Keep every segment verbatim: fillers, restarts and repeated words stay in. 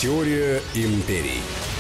Теория империй.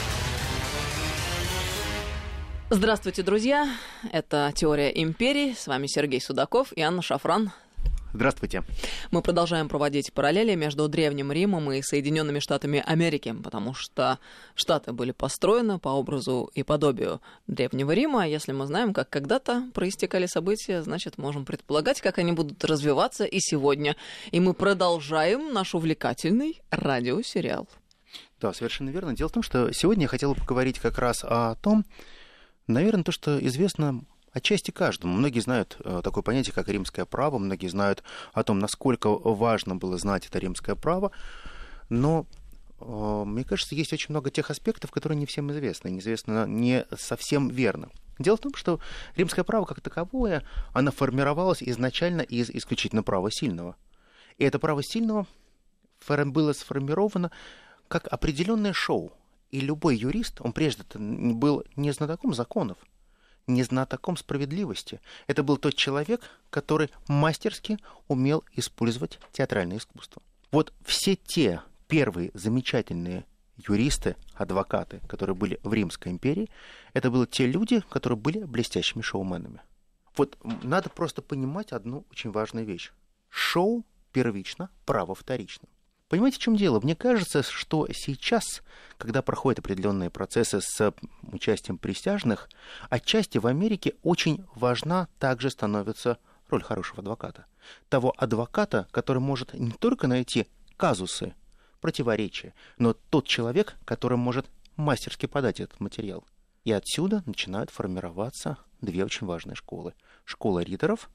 Здравствуйте, друзья. Это «Теория империй». С вами Сергей Судаков и Анна Шафран. Здравствуйте. Мы продолжаем проводить параллели между Древним Римом и Соединенными Штатами Америки, потому что Штаты были построены по образу и подобию Древнего Рима. Если мы знаем, как когда-то проистекали события, значит, можем предполагать, как они будут развиваться и сегодня. И мы продолжаем наш увлекательный радиосериал. Да, совершенно верно. Дело в том, что сегодня я хотел поговорить как раз о том, наверное, то, что известно отчасти каждому. Многие знают такое понятие, как римское право, многие знают о том, насколько важно было знать это римское право, но, мне кажется, есть очень много тех аспектов, которые не всем известны, неизвестно не совсем верно. Дело в том, что римское право как таковое, оно формировалось изначально из исключительно права сильного. И это право сильного было сформировано как определенное шоу. И любой юрист, он прежде был не знатоком законов, не знатоком справедливости. Это был тот человек, который мастерски умел использовать театральное искусство. Вот все те первые замечательные юристы, адвокаты, которые были в Римской империи, это были те люди, которые были блестящими шоуменами. Вот надо просто понимать одну очень важную вещь. Шоу первично, право вторично. Понимаете, в чем дело? Мне кажется, что сейчас, когда проходят определенные процессы с участием присяжных, отчасти в Америке очень важна также становится роль хорошего адвоката. Того адвоката, который может не только найти казусы, противоречия, но тот человек, который может мастерски подать этот материал. И отсюда начинают формироваться две очень важные школы. Школа риторов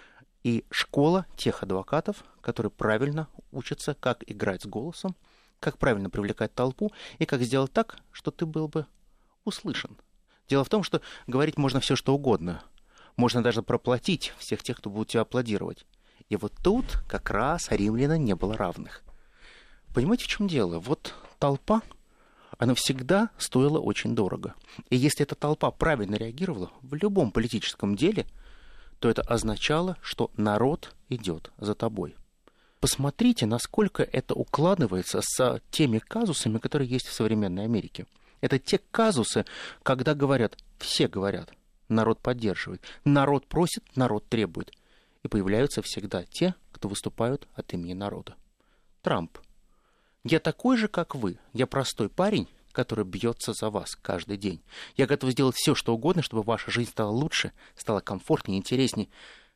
и школа тех адвокатов, которые правильно учатся, как играть с голосом, как правильно привлекать толпу и как сделать так, что ты был бы услышан. Дело в том, что говорить можно все, что угодно. Можно даже проплатить всех тех, кто будет тебя аплодировать. И вот тут как раз римлянам не было равных. Понимаете, в чем дело? Вот толпа, она всегда стоила очень дорого. И если эта толпа правильно реагировала в любом политическом деле, то это означало, что народ идет за тобой. Посмотрите, насколько это укладывается с теми казусами, которые есть в современной Америке. Это те казусы, когда говорят, все говорят, народ поддерживает, народ просит, народ требует. И появляются всегда те, кто выступают от имени народа. Трамп. Я такой же, как вы. Я простой парень, который бьется за вас каждый день. Я готов сделать все, что угодно, чтобы ваша жизнь стала лучше, стала комфортнее, интереснее.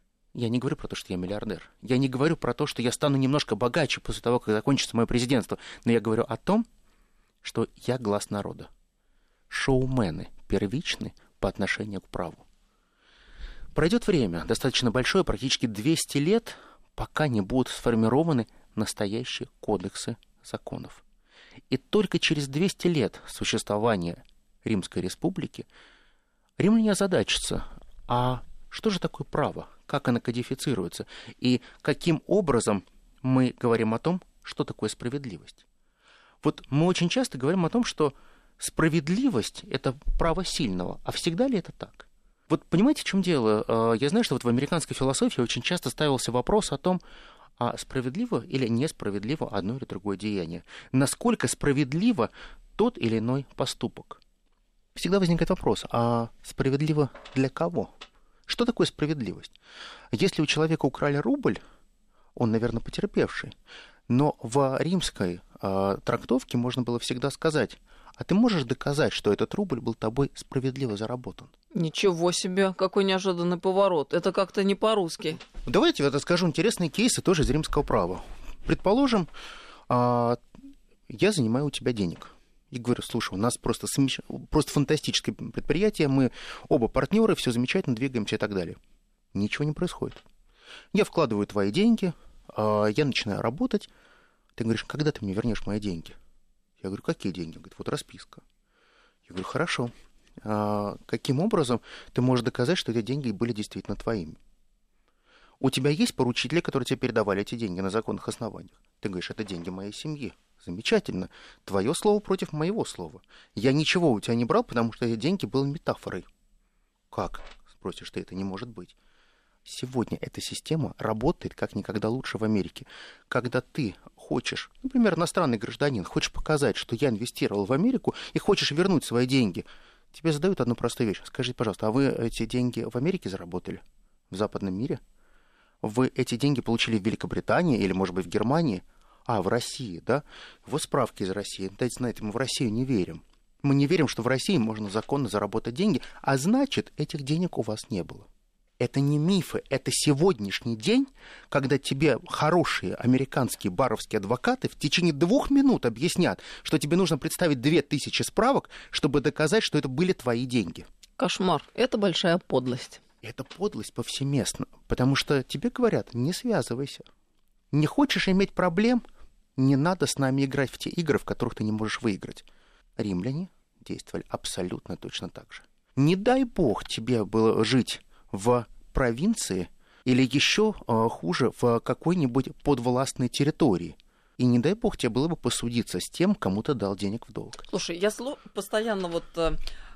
Я не говорю про то, что я миллиардер. Я не говорю про то, что я стану немножко богаче после того, как закончится мое президентство. Но я говорю о том, что я глас народа. Шоумены первичны по отношению к праву. Пройдет время, достаточно большое, практически двести лет, пока не будут сформированы настоящие кодексы законов. И только через двести лет существования Римской Республики римляне озадачатся, а что же такое право, как оно кодифицируется, и каким образом мы говорим о том, что такое справедливость. Вот мы очень часто говорим о том, что справедливость – это право сильного, а всегда ли это так? Вот понимаете, в чем дело? Я знаю, что вот в американской философии очень часто ставился вопрос о том, а справедливо или несправедливо одно или другое деяние? Насколько справедливо тот или иной поступок? Всегда возникает вопрос, а справедливо для кого? Что такое справедливость? Если у человека украли рубль, он, наверное, потерпевший. Но в римской э, трактовке можно было всегда сказать, а ты можешь доказать, что этот рубль был тобой справедливо заработан? Ничего себе, какой неожиданный поворот. Это как-то не по-русски. Давайте я расскажу интересные кейсы тоже из римского права. Предположим, э, я занимаю у тебя денег. И говорю, слушай, у нас просто, смеш... просто фантастическое предприятие, мы оба партнеры, все замечательно, двигаемся и так далее. Ничего не происходит. Я вкладываю твои деньги, я начинаю работать. Ты говоришь, когда ты мне вернешь мои деньги? Я говорю, какие деньги? Он говорит, вот расписка. Я говорю, хорошо. А каким образом ты можешь доказать, что эти деньги были действительно твоими? У тебя есть поручители, которые тебе передавали эти деньги на законных основаниях? Ты говоришь, это деньги моей семьи. Замечательно. Твое слово против моего слова. Я ничего у тебя не брал, потому что эти деньги были метафорой. Как? Спросишь ты, это не может быть. Сегодня эта система работает как никогда лучше в Америке. Когда ты хочешь, например, иностранный гражданин, хочешь показать, что я инвестировал в Америку и хочешь вернуть свои деньги, тебе задают одну простую вещь. Скажите, пожалуйста, а вы эти деньги в Америке заработали? В западном мире? Вы эти деньги получили в Великобритании или, может быть, в Германии? А, в России, да? Вот справки из России. Дайте, знаете, мы в Россию не верим. Мы не верим, что в России можно законно заработать деньги, а значит, этих денег у вас не было. Это не мифы, это сегодняшний день, когда тебе хорошие американские баровские адвокаты в течение двух минут объяснят, что тебе нужно представить две тысячи справок, чтобы доказать, что это были твои деньги. Кошмар. Это большая подлость. Это подлость повсеместно, потому что тебе говорят, не связывайся. Не хочешь иметь проблем, не надо с нами играть в те игры, в которых ты не можешь выиграть. Римляне действовали абсолютно точно так же. Не дай бог тебе было жить в провинции или еще э, хуже, в какой-нибудь подвластной территории. И не дай бог тебе было бы посудиться с тем, кому ты дал денег в долг. Слушай, я сло- постоянно вот э,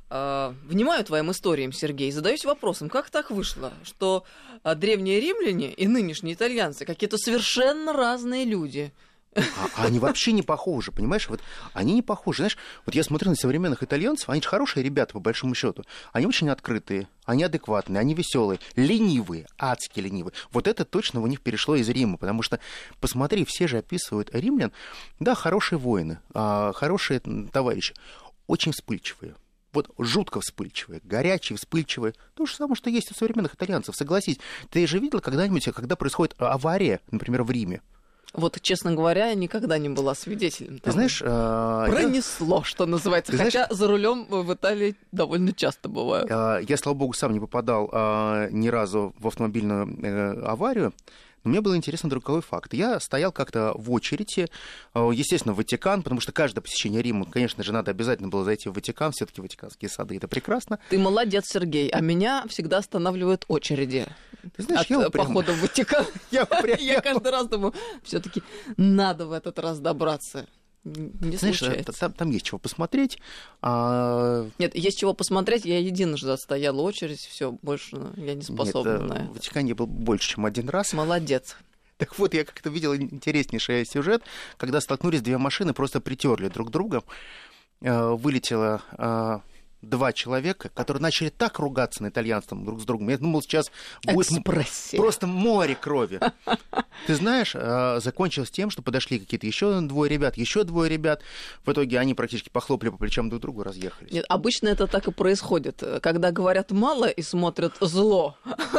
э, внимаю твоим историям, Сергей, и задаюсь вопросом, как так вышло, что э, древние римляне и нынешние итальянцы какие-то совершенно разные люди. А, а они вообще не похожи, понимаешь? Вот они не похожи. Знаешь, вот я смотрю на современных итальянцев, они же хорошие ребята, по большому счету. Они очень открытые, они адекватные, они веселые, ленивые, адски ленивые. Вот это точно у них перешло из Рима, потому что, посмотри, все же описывают римлян, да, хорошие воины, хорошие товарищи, очень вспыльчивые. Вот жутко вспыльчивые, горячие, вспыльчивые. То же самое, что есть у современных итальянцев, согласись. Ты же видел когда-нибудь, когда происходит авария, например, в Риме? Вот, честно говоря, я никогда не была свидетелем того. Ты знаешь, а... Пронесло, я... что называется. Ты Хотя знаешь... за рулем в Италии довольно часто бываю. А, я, слава богу, сам не попадал а, ни разу в автомобильную а, аварию. Но мне было интересно другой факт. Я стоял как-то в очереди, естественно, в Ватикан, потому что каждое посещение Рима, конечно же, надо обязательно было зайти в Ватикан, все-таки Ватиканские сады, это прекрасно. Ты молодец, Сергей, а меня всегда останавливают очереди. Ты знаешь, от я похода в Ватикан. Я, я каждый раз думаю, все-таки надо в этот раз добраться. Не Знаешь, там, там есть чего посмотреть. А... Нет, есть чего посмотреть. Я единожды отстояла очередь, все, больше я не способна. Нет, в Ватикане был больше, чем один раз. Молодец. Так вот, я как-то видел интереснейший сюжет, когда столкнулись две машины, просто притерли друг друга. Вылетело два человека, которые начали так ругаться на итальянском друг с другом. Я думал, сейчас будет Экспрессия. Просто море крови. Ты знаешь, закончилось тем, что подошли какие-то еще двое ребят, еще двое ребят. В итоге они практически похлопали по плечам друг другу и разъехались. Нет, обычно это так и происходит. Когда говорят мало и смотрят зло,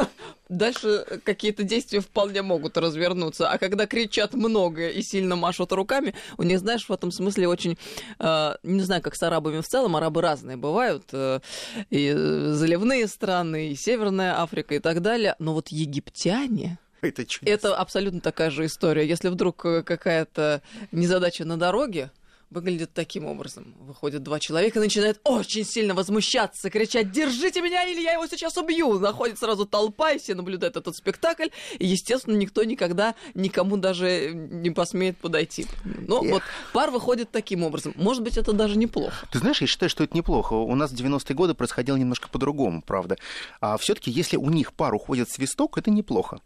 дальше какие-то действия вполне могут развернуться. А когда кричат много и сильно машут руками, у них, знаешь, в этом смысле очень... Э, не знаю, как с арабами в целом, арабы разные бывают. Э, и заливные страны, и Северная Африка, и так далее. Но вот египтяне... Это, это абсолютно такая же история. Если вдруг какая-то незадача на дороге, выглядит таким образом. Выходят два человека и начинают очень сильно возмущаться, кричать: «Держите меня, или я его сейчас убью!» Находит сразу толпа, и все наблюдают этот спектакль, и, естественно, никто никогда никому даже не посмеет подойти. Но Эх. вот пар выходит таким образом. Может быть, это даже неплохо. Ты знаешь, я считаю, что это неплохо. У нас в девяностые годы происходило немножко по-другому, правда. А все-таки, если у них пар уходит в свисток, это неплохо.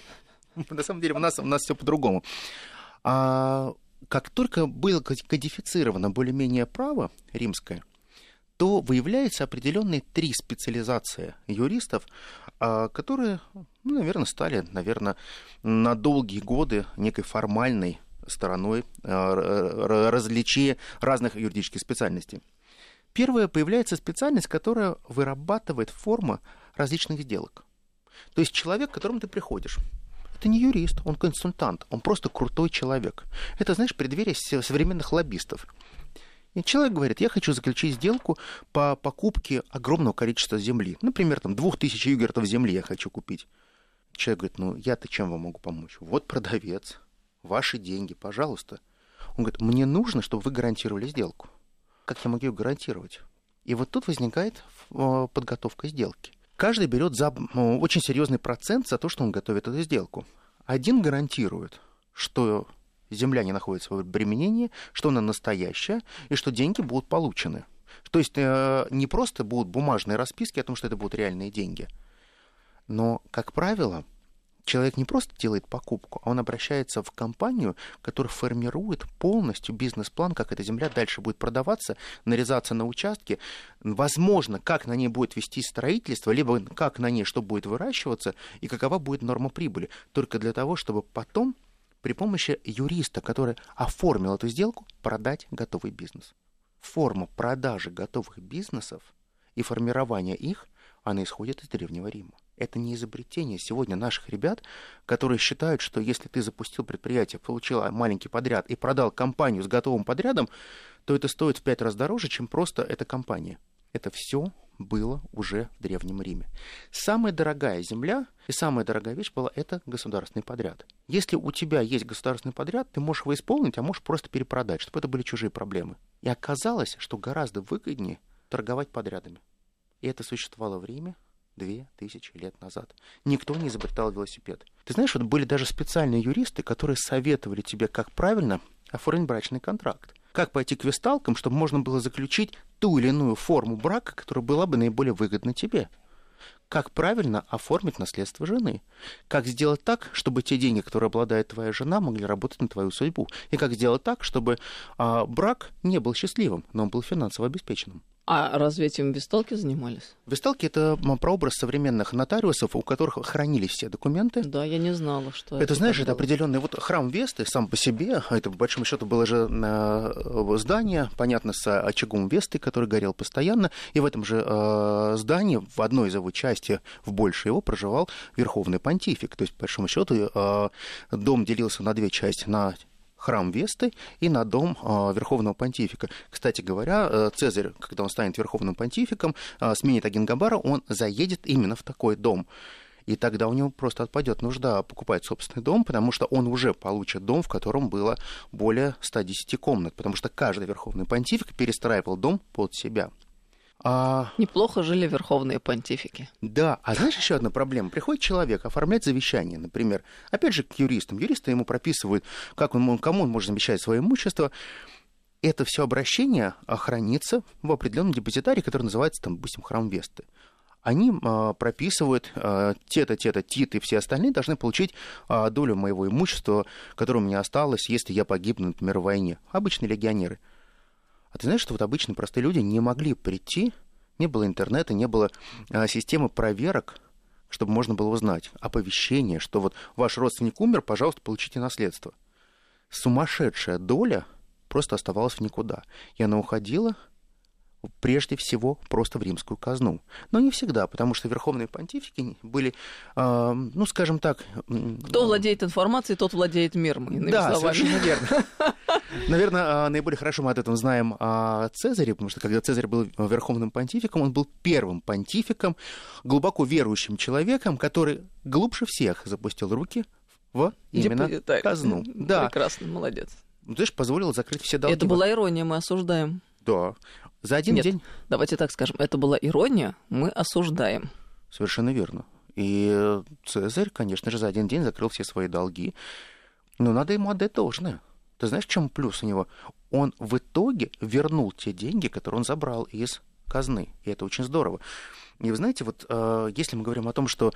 На самом деле, у нас, у нас все по-другому. А... Как только было кодифицировано более-менее право римское, то выявляются определенные три специализации юристов, которые, ну, наверное, стали, наверное, на долгие годы некой формальной стороной различия разных юридических специальностей. Первая появляется специальность, которая вырабатывает форму различных сделок. То есть человек, к которому ты приходишь, это не юрист, он консультант, он просто крутой человек. Это, знаешь, преддверие современных лоббистов. И человек говорит: я хочу заключить сделку по покупке огромного количества земли. Например, там, двух тысяч югертов земли я хочу купить. Человек говорит: ну, я-то чем вам могу помочь? Вот продавец, ваши деньги, пожалуйста. Он говорит: мне нужно, чтобы вы гарантировали сделку. Как я могу ее гарантировать? И вот тут возникает подготовка сделки. Каждый берет за ну, очень серьезный процент за то, что он готовит эту сделку. Один гарантирует, что земля не находится в обременении, что она настоящая, и что деньги будут получены. То есть э, не просто будут бумажные расписки о том, что это будут реальные деньги, но, как правило, человек не просто делает покупку, а он обращается в компанию, которая формирует полностью бизнес-план, как эта земля дальше будет продаваться, нарезаться на участки, возможно, как на ней будет вести строительство, либо как на ней что будет выращиваться и какова будет норма прибыли. Только для того, чтобы потом при помощи юриста, который оформил эту сделку, продать готовый бизнес. Форма продажи готовых бизнесов и формирования их, она исходит из Древнего Рима. Это не изобретение сегодня наших ребят, которые считают, что если ты запустил предприятие, получил маленький подряд и продал компанию с готовым подрядом, то это стоит в пять раз дороже, чем просто эта компания. Это все было уже в Древнем Риме. Самая дорогая земля и самая дорогая вещь была это государственный подряд. Если у тебя есть государственный подряд, ты можешь его исполнить, а можешь просто перепродать, чтобы это были чужие проблемы. И оказалось, что гораздо выгоднее торговать подрядами. И это существовало в Риме две тысячи лет назад. Никто не изобретал велосипед. Ты знаешь, вот были даже специальные юристы, которые советовали тебе, как правильно оформить брачный контракт. Как пойти к весталкам, чтобы можно было заключить ту или иную форму брака, которая была бы наиболее выгодна тебе. Как правильно оформить наследство жены. Как сделать так, чтобы те деньги, которые обладает твоя жена, могли работать на твою судьбу. И как сделать так, чтобы а, брак не был счастливым, но он был финансово обеспеченным. А разве этим весталки занимались? Весталки — это прообраз современных нотариусов, у которых хранились все документы. Да, я не знала, что это. Это, знаешь, это было. Определенный вот храм Весты сам по себе. Это, по большому счету, было же здание, понятно, с очагом Весты, который горел постоянно. И в этом же э, здании, в одной из его части, в большей его, проживал верховный понтифик. То есть, по большому счету, э, дом делился на две части, на храм Весты и на дом э, Верховного Понтифика. Кстати говоря, э, Цезарь, когда он станет Верховным Понтификом, э, сменит Агенгобара, он заедет именно в такой дом. И тогда у него просто отпадет нужда покупать собственный дом, потому что он уже получит дом, в котором было более ста десяти комнат, потому что каждый Верховный Понтифик перестраивал дом под себя. А... Неплохо жили верховные понтифики. Да, а знаешь, еще одна проблема. Приходит человек оформлять завещание, например, опять же, к юристам. Юристы ему прописывают, как он, кому он может завещать свое имущество. Это все обращение хранится в определенном депозитарии, который называется, там, допустим, храм Весты. Они а, прописывают а, те-то, те-то, титы и все остальные должны получить а, долю моего имущества, которое у меня осталось, если я погибну, например, в войне. Обычные легионеры. А ты знаешь, что вот обычные простые люди не могли прийти, не было интернета, не было а, системы проверок, чтобы можно было узнать оповещение, что вот ваш родственник умер, пожалуйста, получите наследство. Сумасшедшая доля просто оставалась в никуда. И она уходила прежде всего просто в римскую казну. Но не всегда, потому что верховные понтифики были, э, ну, скажем так... Кто владеет информацией, тот владеет миром. Да, совершенно верно. Наверное, наиболее хорошо мы от этого знаем о Цезаре, потому что когда Цезарь был верховным понтификом, он был первым понтификом, глубоко верующим человеком, который глубже всех запустил руки в именно Депозитарий. Казну. Да. Прекрасно, молодец. Ну, ты же позволил закрыть все долги. Это была ирония, мы осуждаем. Да. За один Нет, день... давайте так скажем, это была ирония, мы осуждаем. Совершенно верно. И Цезарь, конечно же, за один день закрыл все свои долги. Но надо ему отдать должное. Ты знаешь, в чем плюс у него? Он в итоге вернул те деньги, которые он забрал из казны. И это очень здорово. И вы знаете, вот если мы говорим о том, что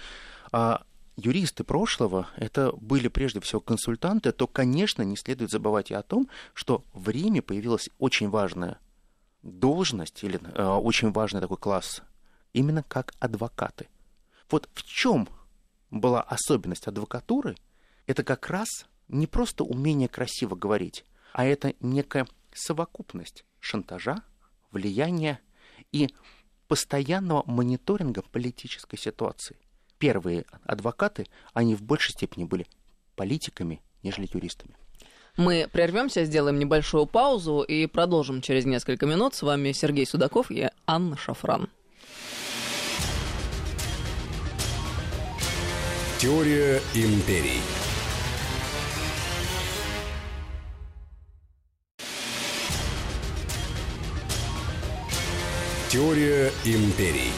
юристы прошлого это были прежде всего консультанты, то, конечно, не следует забывать и о том, что в Риме появилась очень важная должность или э, очень важный такой класс, именно как адвокаты. Вот в чем была особенность адвокатуры? Это как раз не просто умение красиво говорить, а это некая совокупность шантажа, влияния и постоянного мониторинга политической ситуации. Первые адвокаты, они в большей степени были политиками, нежели юристами. Мы прервемся, сделаем небольшую паузу и продолжим через несколько минут. С вами Сергей Судаков и Анна Шафран. Теория империй. Теория империй.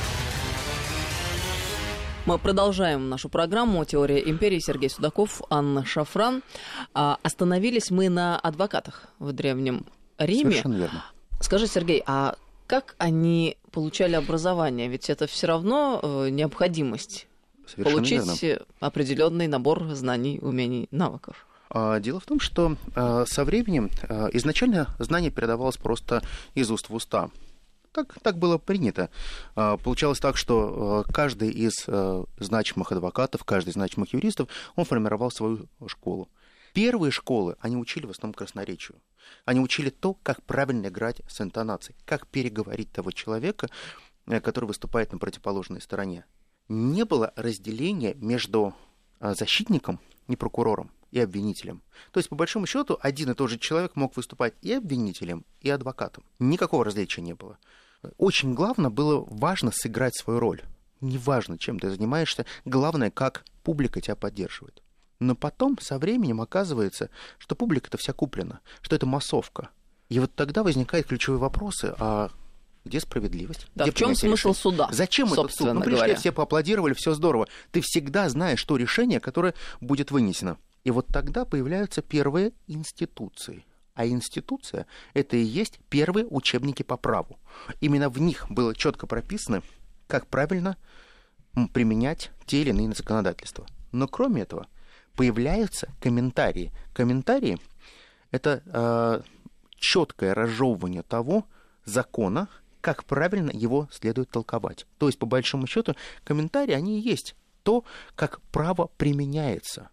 Мы продолжаем нашу программу «Теория империи». Сергей Судаков, Анна Шафран. А, остановились мы на адвокатах в Древнем Риме. Совершенно верно. Скажи, Сергей, а как они получали образование? Ведь это все равно э, необходимость Совершенно получить верно. определенный набор знаний, умений, навыков. Дело в том, что со временем изначально знание передавалось просто из уст в уста. Так, так было принято. Получалось так, что каждый из значимых адвокатов, каждый из значимых юристов, он формировал свою школу. Первые школы, они учили в основном красноречию. Они учили то, как правильно играть с интонацией, как переговорить того человека, который выступает на противоположной стороне. Не было разделения между защитником и прокурором, и обвинителем. То есть, по большому счету, один и тот же человек мог выступать и обвинителем, и адвокатом. Никакого различия не было. Очень главное было важно сыграть свою роль. Неважно, чем ты занимаешься, главное, как публика тебя поддерживает. Но потом, со временем, оказывается, что публика-то вся куплена, что это массовка. И вот тогда возникают ключевые вопросы, а где справедливость? Да, где в чем смысл решение? суда? Зачем этот суд? Ну, пришли, говоря. все поаплодировали, все здорово. Ты всегда знаешь то решение, которое будет вынесено. И вот тогда появляются первые институции. А институция — это и есть первые учебники по праву. Именно в них было четко прописано, как правильно применять те или иные законодательства. Но кроме этого появляются комментарии. Комментарии — это э, четкое разжевывание того закона, как правильно его следует толковать. То есть, по большому счету, комментарии, они и есть то, как право применяется.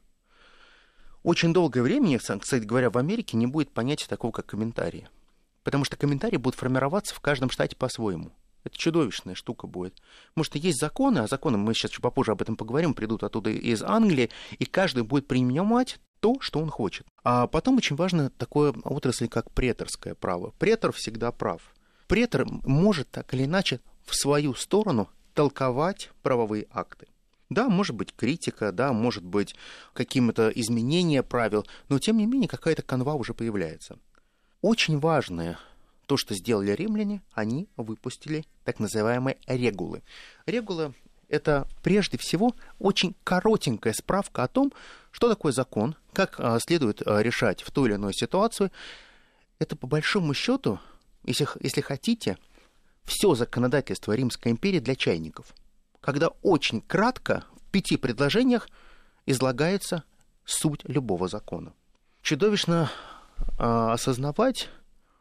Очень долгое время, кстати говоря, в Америке не будет понятия такого, как комментарии. Потому что комментарии будут формироваться в каждом штате по-своему. Это чудовищная штука будет. Потому что есть законы, а законы, мы сейчас чуть попозже об этом поговорим, придут оттуда из Англии, и каждый будет принимать то, что он хочет. А потом очень важно такое отрасль, как преторское право. Претор всегда прав. Претор может так или иначе в свою сторону толковать правовые акты. Да, может быть критика, да, может быть какие-то изменения правил, но тем не менее какая-то канва уже появляется. Очень важное то, что сделали римляне, они выпустили так называемые регулы. Регула — это прежде всего очень коротенькая справка о том, что такое закон, как следует решать в ту или иную ситуацию. Это по большому счету, если, если хотите, все законодательство Римской империи для чайников. Когда очень кратко, в пяти предложениях, излагается суть любого закона. Чудовищно э, осознавать,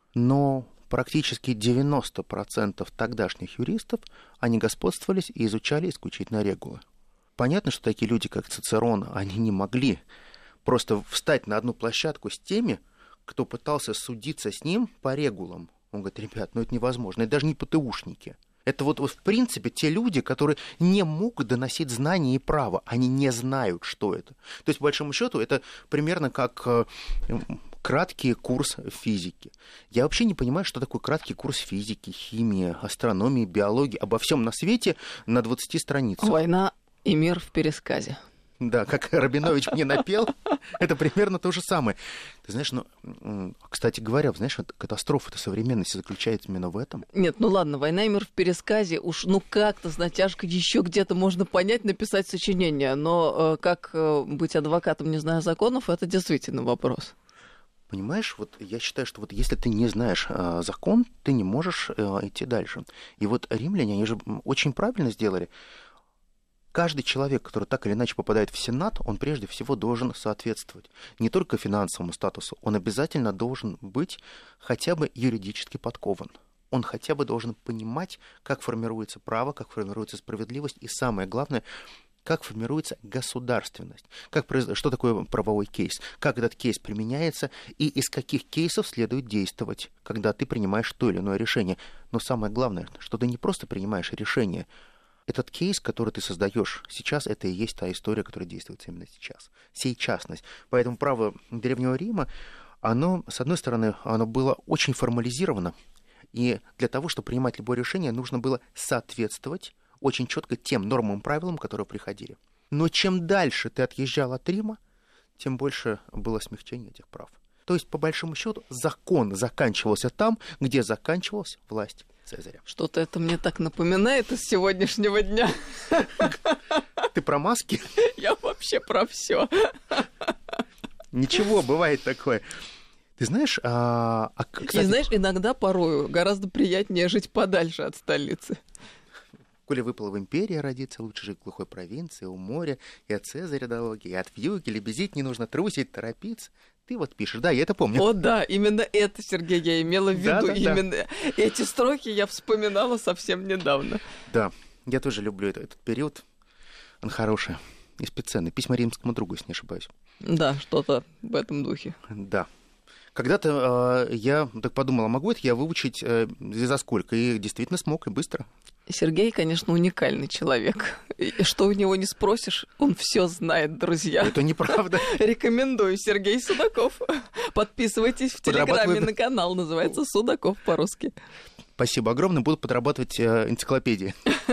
но практически девяносто процентов тогдашних юристов, они господствовались и изучали исключительно регулы. Понятно, что такие люди, как Цицерон, они не могли просто встать на одну площадку с теми, кто пытался судиться с ним по регулам. Он говорит: ребят, ну это невозможно, это даже не ПТУшники. Это вот, вот в принципе те люди, которые не могут доносить знания и право. Они не знают, что это. То есть, по большому счету, это примерно как э, краткий курс физики. Я вообще не понимаю, что такое краткий курс физики, химии, астрономии, биологии. Обо всем на свете на двадцати страницах. «Война и мир в пересказе». Да, как Рабинович мне напел, это примерно то же самое. Ты знаешь, ну, кстати говоря, знаешь, вот катастрофа-то современности заключается именно в этом. Нет, ну ладно, «Война и мир в пересказе», уж ну как-то с натяжкой еще где-то можно понять, написать сочинение, но э, как э, быть адвокатом, не зная законов, это действительно вопрос. Понимаешь, вот я считаю, что вот если ты не знаешь э, закон, ты не можешь э, идти дальше. И вот римляне, они же очень правильно сделали. Каждый человек, который так или иначе попадает в Сенат, он прежде всего должен соответствовать не только финансовому статусу, он обязательно должен быть хотя бы юридически подкован. Он хотя бы должен понимать, как формируется право, как формируется справедливость и, самое главное, как формируется государственность, как, что такое правовой кейс, как этот кейс применяется и из каких кейсов следует действовать, когда ты принимаешь то или иное решение. Но самое главное, что ты не просто принимаешь решение. Этот кейс, который ты создаешь сейчас, это и есть та история, которая действует именно сейчас. Сейчасность. Поэтому право Древнего Рима, оно, с одной стороны, оно было очень формализировано. И для того, чтобы принимать любое решение, нужно было соответствовать очень четко тем нормам и правилам, которые приходили. Но чем дальше ты отъезжал от Рима, тем больше было смягчение этих прав. То есть, по большому счету, закон заканчивался там, где заканчивалась власть Цезаря. Что-то это мне так напоминает из сегодняшнего дня. Ты про маски? Я вообще про все. Ничего, бывает такое. Ты знаешь, а, а кстати... И знаешь, иногда порою гораздо приятнее жить подальше от столицы. Коли выпало в империи родиться, лучше жить в глухой провинции, у моря, и от Цезаря дороги, и от вьюги, лебезить не нужно, трусить, торопиться. Ты вот пишешь, да, я это помню. О, да, именно это, Сергей, я имела в виду. Да, да, именно да. эти строки я вспоминала совсем недавно. Да, я тоже люблю этот, этот период. Он хороший. Из Пиццены. Письма римскому другу, если не ошибаюсь. Да, что-то в этом духе. Да. Когда-то э, я так подумал, а могу это я выучить э, за сколько? И действительно смог, и быстро. Сергей, конечно, уникальный человек. И что у него не спросишь, он все знает, друзья. Это неправда. Рекомендую. Сергей Судаков. Подписывайтесь в Телеграме на канал. Называется «Судаков» по-русски. Спасибо огромное. Буду подрабатывать э, энциклопедией.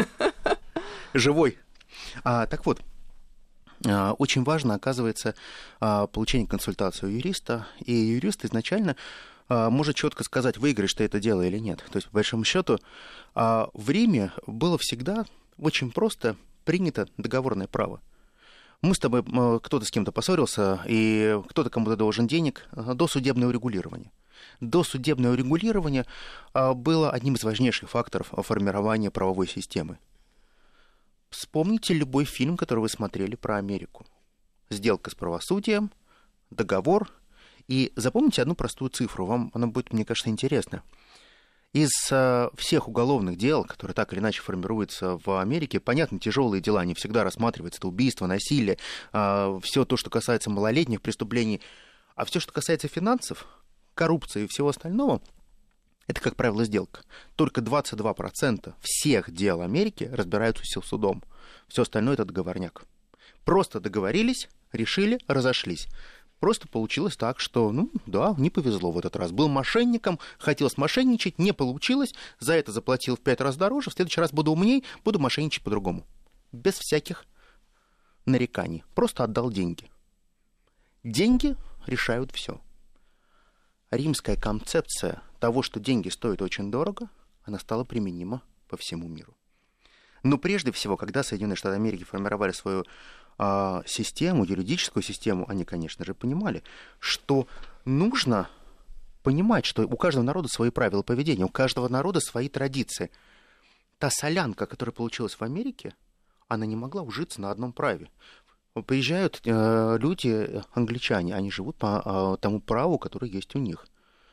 Живой. А, так вот. Очень важно, оказывается, получение консультации у юриста, и юрист изначально может четко сказать, выиграешь ты это дело или нет. То есть, по большому счету, в Риме было всегда очень просто принято договорное право. Мы с тобой, кто-то с кем-то поссорился, и кто-то кому-то должен денег, досудебное урегулирование. Досудебное урегулирование было одним из важнейших факторов формирования правовой системы. Вспомните любой фильм, который вы смотрели про Америку. Сделка с правосудием, договор. И запомните одну простую цифру. Вам она будет, мне кажется, интересна. Из э, всех уголовных дел, которые так или иначе формируются в Америке, понятно, тяжелые дела, они всегда рассматриваются. Это убийство, насилие, э, все то, что касается малолетних преступлений. А все, что касается финансов, коррупции и всего остального, это, как правило, сделка. Только двадцать два процента всех дел Америки разбираются судом. Все остальное — это договорняк. Просто договорились, решили, разошлись. Просто получилось так, что, ну, да, не повезло в этот раз. Был мошенником, хотел смошенничать, не получилось, за это заплатил в пять раз дороже, в следующий раз буду умней, буду мошенничать по-другому. Без всяких нареканий. Просто отдал деньги. Деньги решают все. Римская концепция того, что деньги стоят очень дорого, она стала применима по всему миру. Но прежде всего, когда Соединенные Штаты Америки формировали свою э, систему, юридическую систему, они, конечно же, понимали, что нужно понимать, что у каждого народа свои правила поведения, у каждого народа свои традиции. Та солянка, которая получилась в Америке, она не могла ужиться на одном праве. Приезжают э, люди, англичане, они живут по э, тому праву, которое есть у них.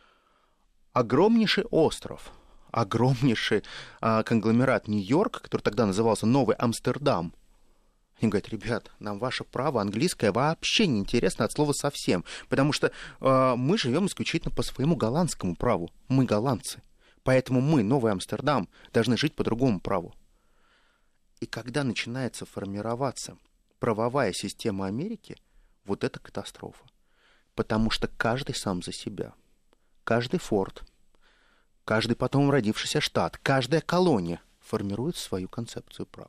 Огромнейший остров, огромнейший э, конгломерат Нью-Йорк, который тогда назывался Новый Амстердам. Они говорят, ребят, нам ваше право английское вообще не интересно от слова совсем, потому что э, мы живем исключительно по своему голландскому праву. Мы голландцы. Поэтому мы, Новый Амстердам, должны жить по другому праву. И когда начинается формироваться правовая система Америки, вот это катастрофа. Потому что каждый сам за себя. Каждый форт, каждый потом родившийся штат, каждая колония формирует свою концепцию права.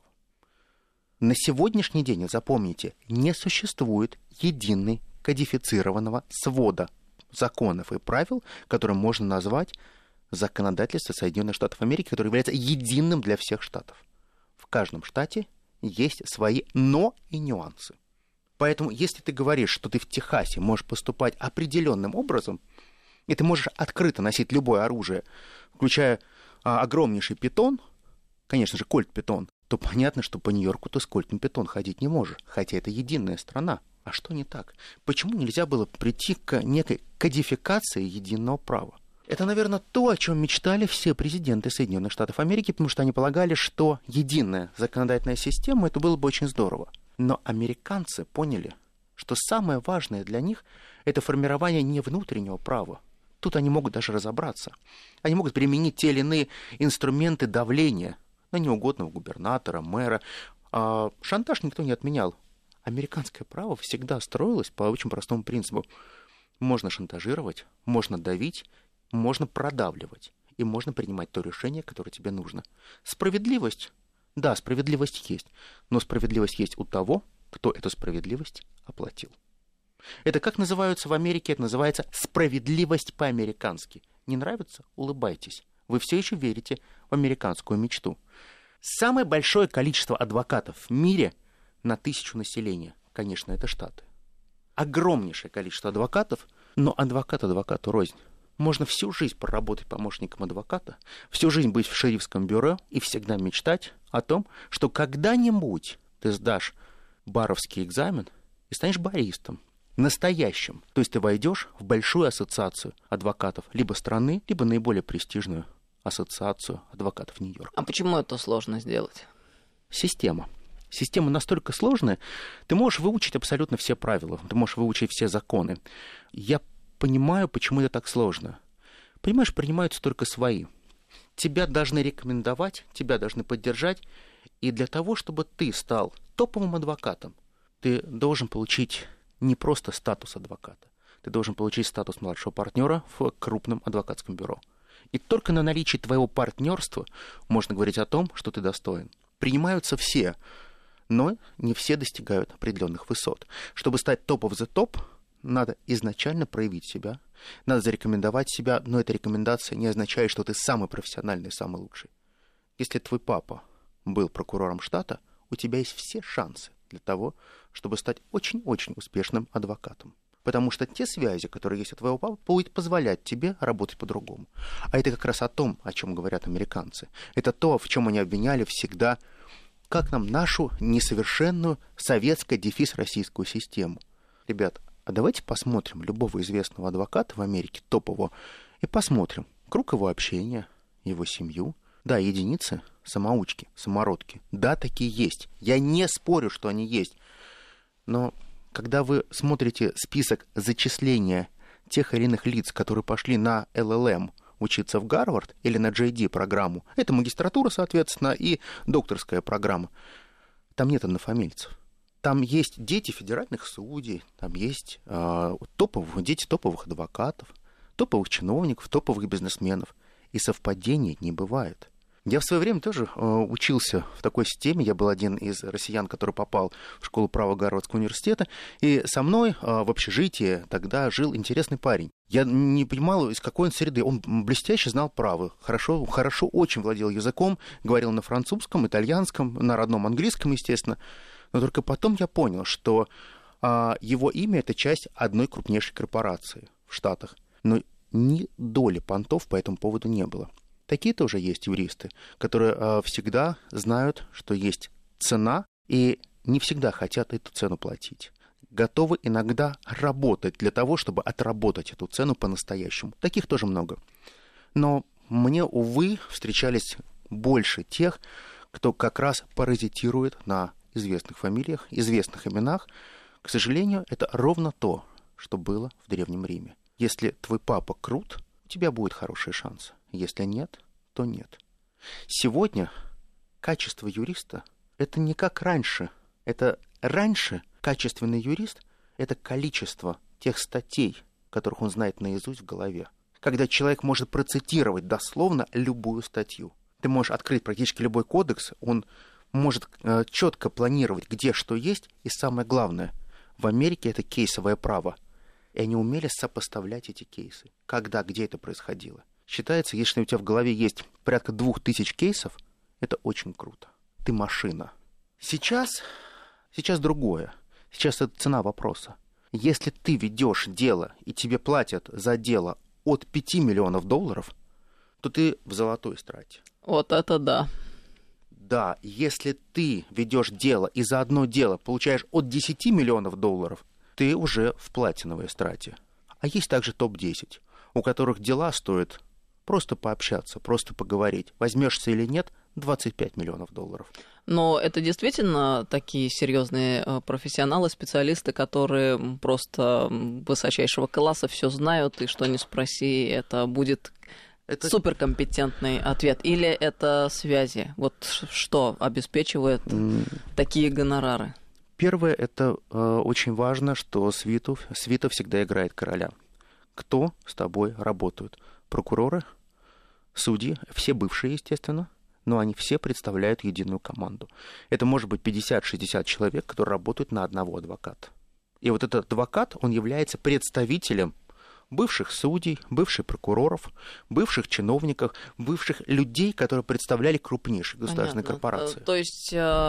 На сегодняшний день, запомните, не существует единой кодифицированного свода законов и правил, которые можно назвать законодательство Соединенных Штатов Америки, которое является единым для всех штатов. В каждом штате есть свои «но» и нюансы. Поэтому, если ты говоришь, что ты в Техасе можешь поступать определенным образом, и ты можешь открыто носить любое оружие, включая а, огромнейший питон, конечно же, кольт-питон, то понятно, что по Нью-Йорку ты с кольтом-питон ходить не можешь, хотя это единая страна. А что не так? Почему нельзя было прийти к некой кодификации единого права? Это, наверное, то, о чем мечтали все президенты Соединенных Штатов Америки, потому что они полагали, что единая законодательная система, это было бы очень здорово. Но американцы поняли, что самое важное для них – это формирование не внутреннего права. Тут они могут даже разобраться. Они могут применить те или иные инструменты давления на неугодного губернатора, мэра. А шантаж никто не отменял. Американское право всегда строилось по очень простому принципу. Можно шантажировать, можно давить, можно продавливать, и можно принимать то решение, которое тебе нужно. Справедливость, да, справедливость есть, но справедливость есть у того, кто эту справедливость оплатил. Это как называется в Америке? Это называется справедливость по-американски. Не нравится? Улыбайтесь. Вы все еще верите в американскую мечту. Самое большое количество адвокатов в мире на тысячу населения, конечно, это Штаты. Огромнейшее количество адвокатов, но адвокат адвокату рознь. Можно всю жизнь проработать помощником адвоката, всю жизнь быть в шерифском бюро и всегда мечтать о том, что когда-нибудь ты сдашь баровский экзамен и станешь баристом, настоящим. То есть ты войдешь в большую ассоциацию адвокатов либо страны, либо наиболее престижную ассоциацию адвокатов Нью-Йорка. А почему это сложно сделать? Система. Система настолько сложная, ты можешь выучить абсолютно все правила, ты можешь выучить все законы. Я понимаю, почему это так сложно. Понимаешь, принимаются только свои. Тебя должны рекомендовать, тебя должны поддержать. И для того, чтобы ты стал топовым адвокатом, ты должен получить не просто статус адвоката. Ты должен получить статус младшего партнера в крупном адвокатском бюро. И только на наличии твоего партнерства можно говорить о том, что ты достоин. Принимаются все, но не все достигают определенных высот. Чтобы стать топ of the топ, надо изначально проявить себя, надо зарекомендовать себя, но эта рекомендация не означает, что ты самый профессиональный, самый лучший. Если твой папа был прокурором штата, у тебя есть все шансы для того, чтобы стать очень-очень успешным адвокатом. Потому что те связи, которые есть у твоего папы, будут позволять тебе работать по-другому. А это как раз о том, о чем говорят американцы. Это то, в чем они обвиняли всегда, как нам нашу несовершенную советскую дефис российскую систему. Ребят, а давайте посмотрим любого известного адвоката в Америке, топового, и посмотрим круг его общения, его семью. Да, единицы, самоучки, самородки. Да, такие есть. Я не спорю, что они есть. Но когда вы смотрите список зачисления тех или иных лиц, которые пошли на эл эл эм учиться в Гарвард или на джей ди программу, это магистратура, соответственно, и докторская программа, там нет однофамильцев. Там есть дети федеральных судей, там есть э, топовых, дети топовых адвокатов, топовых чиновников, топовых бизнесменов. И совпадений не бывает. Я в свое время тоже э, учился в такой системе. Я был один из россиян, который попал в школу права Гарвардского университета. И со мной э, в общежитии тогда жил интересный парень. Я не понимал, из какой он среды. Он блестяще знал право, хорошо, хорошо очень владел языком, говорил на французском, итальянском, на родном английском, естественно. Но только потом я понял, что э, его имя — это часть одной крупнейшей корпорации в Штатах. Но ни доли понтов по этому поводу не было. Такие тоже есть юристы, которые э, всегда знают, что есть цена, и не всегда хотят эту цену платить. Готовы иногда работать для того, чтобы отработать эту цену по-настоящему. Таких тоже много. Но мне, увы, встречались больше тех, кто как раз паразитирует на известных фамилиях, известных именах. К сожалению, это ровно то, что было в Древнем Риме. Если твой папа крут, у тебя будет хороший шанс. Если нет, то нет. Сегодня качество юриста — это не как раньше. Это раньше качественный юрист — это количество тех статей, которых он знает наизусть в голове. Когда человек может процитировать дословно любую статью. Ты можешь открыть практически любой кодекс, он может э, четко планировать, где что есть. И самое главное, в Америке это кейсовое право. И они умели сопоставлять эти кейсы. Когда, где это происходило. Считается, если у тебя в голове есть порядка двух тысяч кейсов, это очень круто. Ты машина. Сейчас, сейчас другое. Сейчас это цена вопроса. Если ты ведешь дело, и тебе платят за дело от пяти миллионов долларов, то ты в золотой страте. Вот это да. Да, если ты ведешь дело, и за одно дело получаешь от десяти миллионов долларов, ты уже в платиновой страте. А есть также топ десять, у которых дела стоят просто пообщаться, просто поговорить. Возьмешься или нет, двадцать пять миллионов долларов. Но это действительно такие серьезные профессионалы, специалисты, которые просто высочайшего класса все знают, и что ни спроси, это будет это... суперкомпетентный ответ. Или это связи? Вот что обеспечивает mm. такие гонорары? Первое, это э, очень важно, что свиту, свита всегда играет короля. Кто с тобой работают? Прокуроры, судьи, все бывшие, естественно, но они все представляют единую команду. Это может быть пятьдесят-шестьдесят человек, которые работают на одного адвоката. И вот этот адвокат, он является представителем бывших судей, бывших прокуроров, бывших чиновников, бывших людей, которые представляли крупнейшие государственные Понятно. корпорации. То есть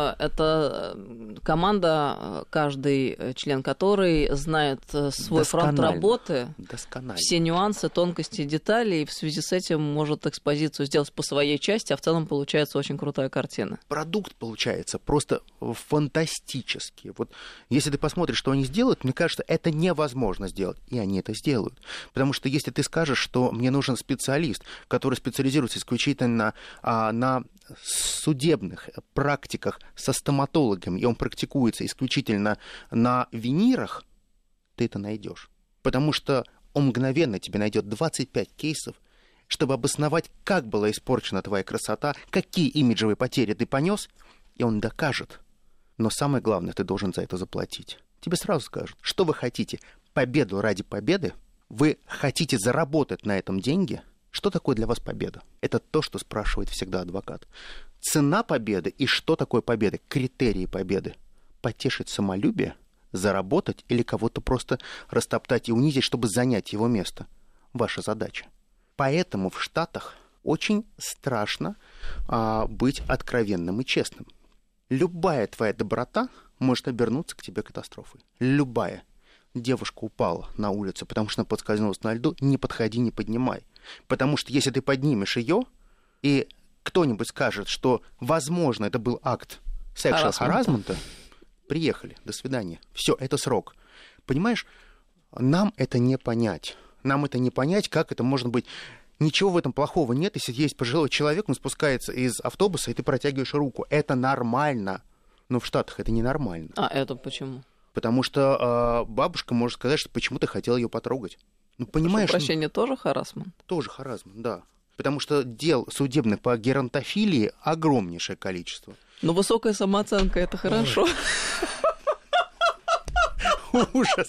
это команда, каждый член которой знает свой фронт работы, все нюансы, тонкости, детали, и в связи с этим может экспозицию сделать по своей части, а в целом получается очень крутая картина. Продукт получается просто фантастический. Вот если ты посмотришь, что они сделают, мне кажется, это невозможно сделать, и они это сделают. Потому что если ты скажешь, что мне нужен специалист, который специализируется исключительно на, на судебных практиках со стоматологами, и он практикуется исключительно на винирах, ты это найдешь. Потому что он мгновенно тебе найдет двадцать пять кейсов, чтобы обосновать, как была испорчена твоя красота, какие имиджевые потери ты понес, и он докажет. Но самое главное, ты должен за это заплатить. Тебе сразу скажут, что вы хотите, победу ради победы? Вы хотите заработать на этом деньги? Что такое для вас победа? Это то, что спрашивает всегда адвокат. Цена победы и что такое победа? Критерии победы. Потешить самолюбие, заработать или кого-то просто растоптать и унизить, чтобы занять его место. Ваша задача. Поэтому в Штатах очень страшно а, быть откровенным и честным. Любая твоя доброта может обернуться к тебе катастрофой. Любая. Девушка упала на улице, потому что она подскользнулась на льду, не подходи, не поднимай. Потому что если ты поднимешь ее, и кто-нибудь скажет, что, возможно, это был акт sexual harassment, приехали, до свидания. Все, это срок. Понимаешь, нам это не понять. Нам это не понять, как это может быть. Ничего в этом плохого нет, если есть пожилой человек, он спускается из автобуса, и ты протягиваешь руку. Это нормально. Но в Штатах это ненормально. А это почему? Потому что э, бабушка может сказать, что почему ты хотела ее потрогать. Ну, понимаешь? Прошу прощения, ну, тоже харассмент? Тоже харассмент, да. Потому что дел судебных по геронтофилии огромнейшее количество. Но высокая самооценка — это хорошо. Ужас.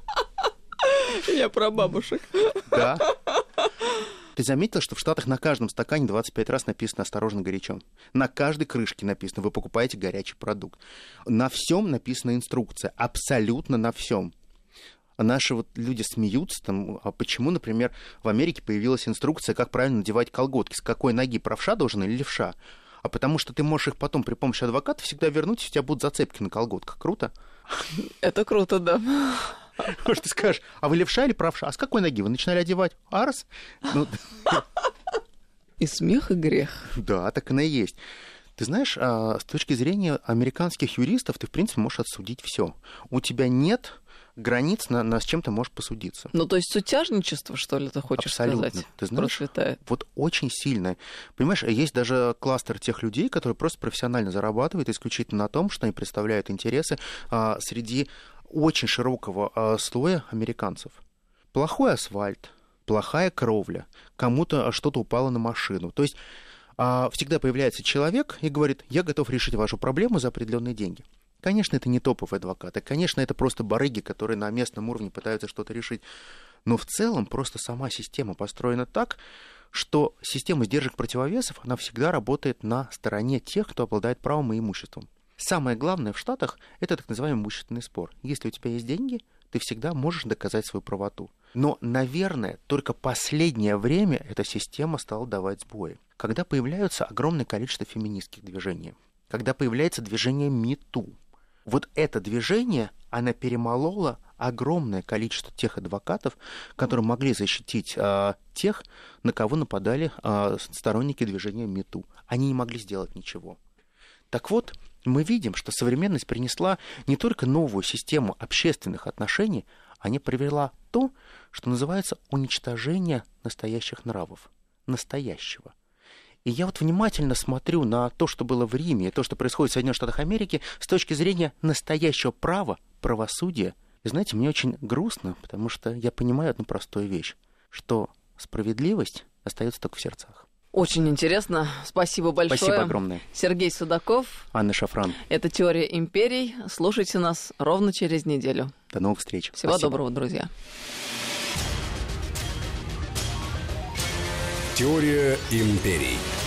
Я про бабушек. Да. Ты заметил, что в Штатах на каждом стакане двадцать пять раз написано «осторожно, горячо». На каждой крышке написано «вы покупаете горячий продукт». На всем написана инструкция, абсолютно на всем. Наши вот люди смеются, там, а почему, например, в Америке появилась инструкция, как правильно надевать колготки, с какой ноги, правша должен или левша. А потому что ты можешь их потом при помощи адвоката всегда вернуть, и у тебя будут зацепки на колготках. Круто? Это круто, да. Может, ты скажешь, а вы левша или правша? А с какой ноги вы начинали одевать? Арс? Ну... И смех, и грех. Да, так оно и есть. Ты знаешь, с точки зрения американских юристов, ты, в принципе, можешь отсудить все. У тебя нет границ, на, на с чем ты можешь посудиться. Ну, то есть сутяжничество, что ли, ты хочешь Абсолютно. сказать? Ты знаешь, процветает. Вот очень сильно. Понимаешь, есть даже кластер тех людей, которые просто профессионально зарабатывают исключительно на том, что они представляют интересы а, среди очень широкого а, слоя американцев. Плохой асфальт, плохая кровля, кому-то что-то упало на машину. То есть а, всегда появляется человек и говорит, я готов решить вашу проблему за определенные деньги. Конечно, это не топовые адвокаты, конечно, это просто барыги, которые на местном уровне пытаются что-то решить. Но в целом просто сама система построена так, что система сдержек противовесов, она всегда работает на стороне тех, кто обладает правом и имуществом. Самое главное в Штатах – это так называемый имущественный спор. Если у тебя есть деньги, ты всегда можешь доказать свою правоту. Но, наверное, только последнее время эта система стала давать сбои. Когда появляются огромное количество феминистских движений, когда появляется движение MeToo, вот это движение, оно перемололо огромное количество тех адвокатов, которые могли защитить э, тех, на кого нападали э, сторонники движения MeToo. Они не могли сделать ничего. Так вот, мы видим, что современность принесла не только новую систему общественных отношений, она привела то, что называется уничтожение настоящих нравов. Настоящего. И я вот внимательно смотрю на то, что было в Риме, и то, что происходит в Соединенных Штатах Америки, с точки зрения настоящего права, правосудия. И знаете, мне очень грустно, потому что я понимаю одну простую вещь, что справедливость остается только в сердцах. Очень интересно. Спасибо большое. Спасибо огромное. Сергей Судаков. Анна Шафран. Это «Теория империй». Слушайте нас ровно через неделю. До новых встреч. Всего Спасибо. доброго, друзья. Теория империй.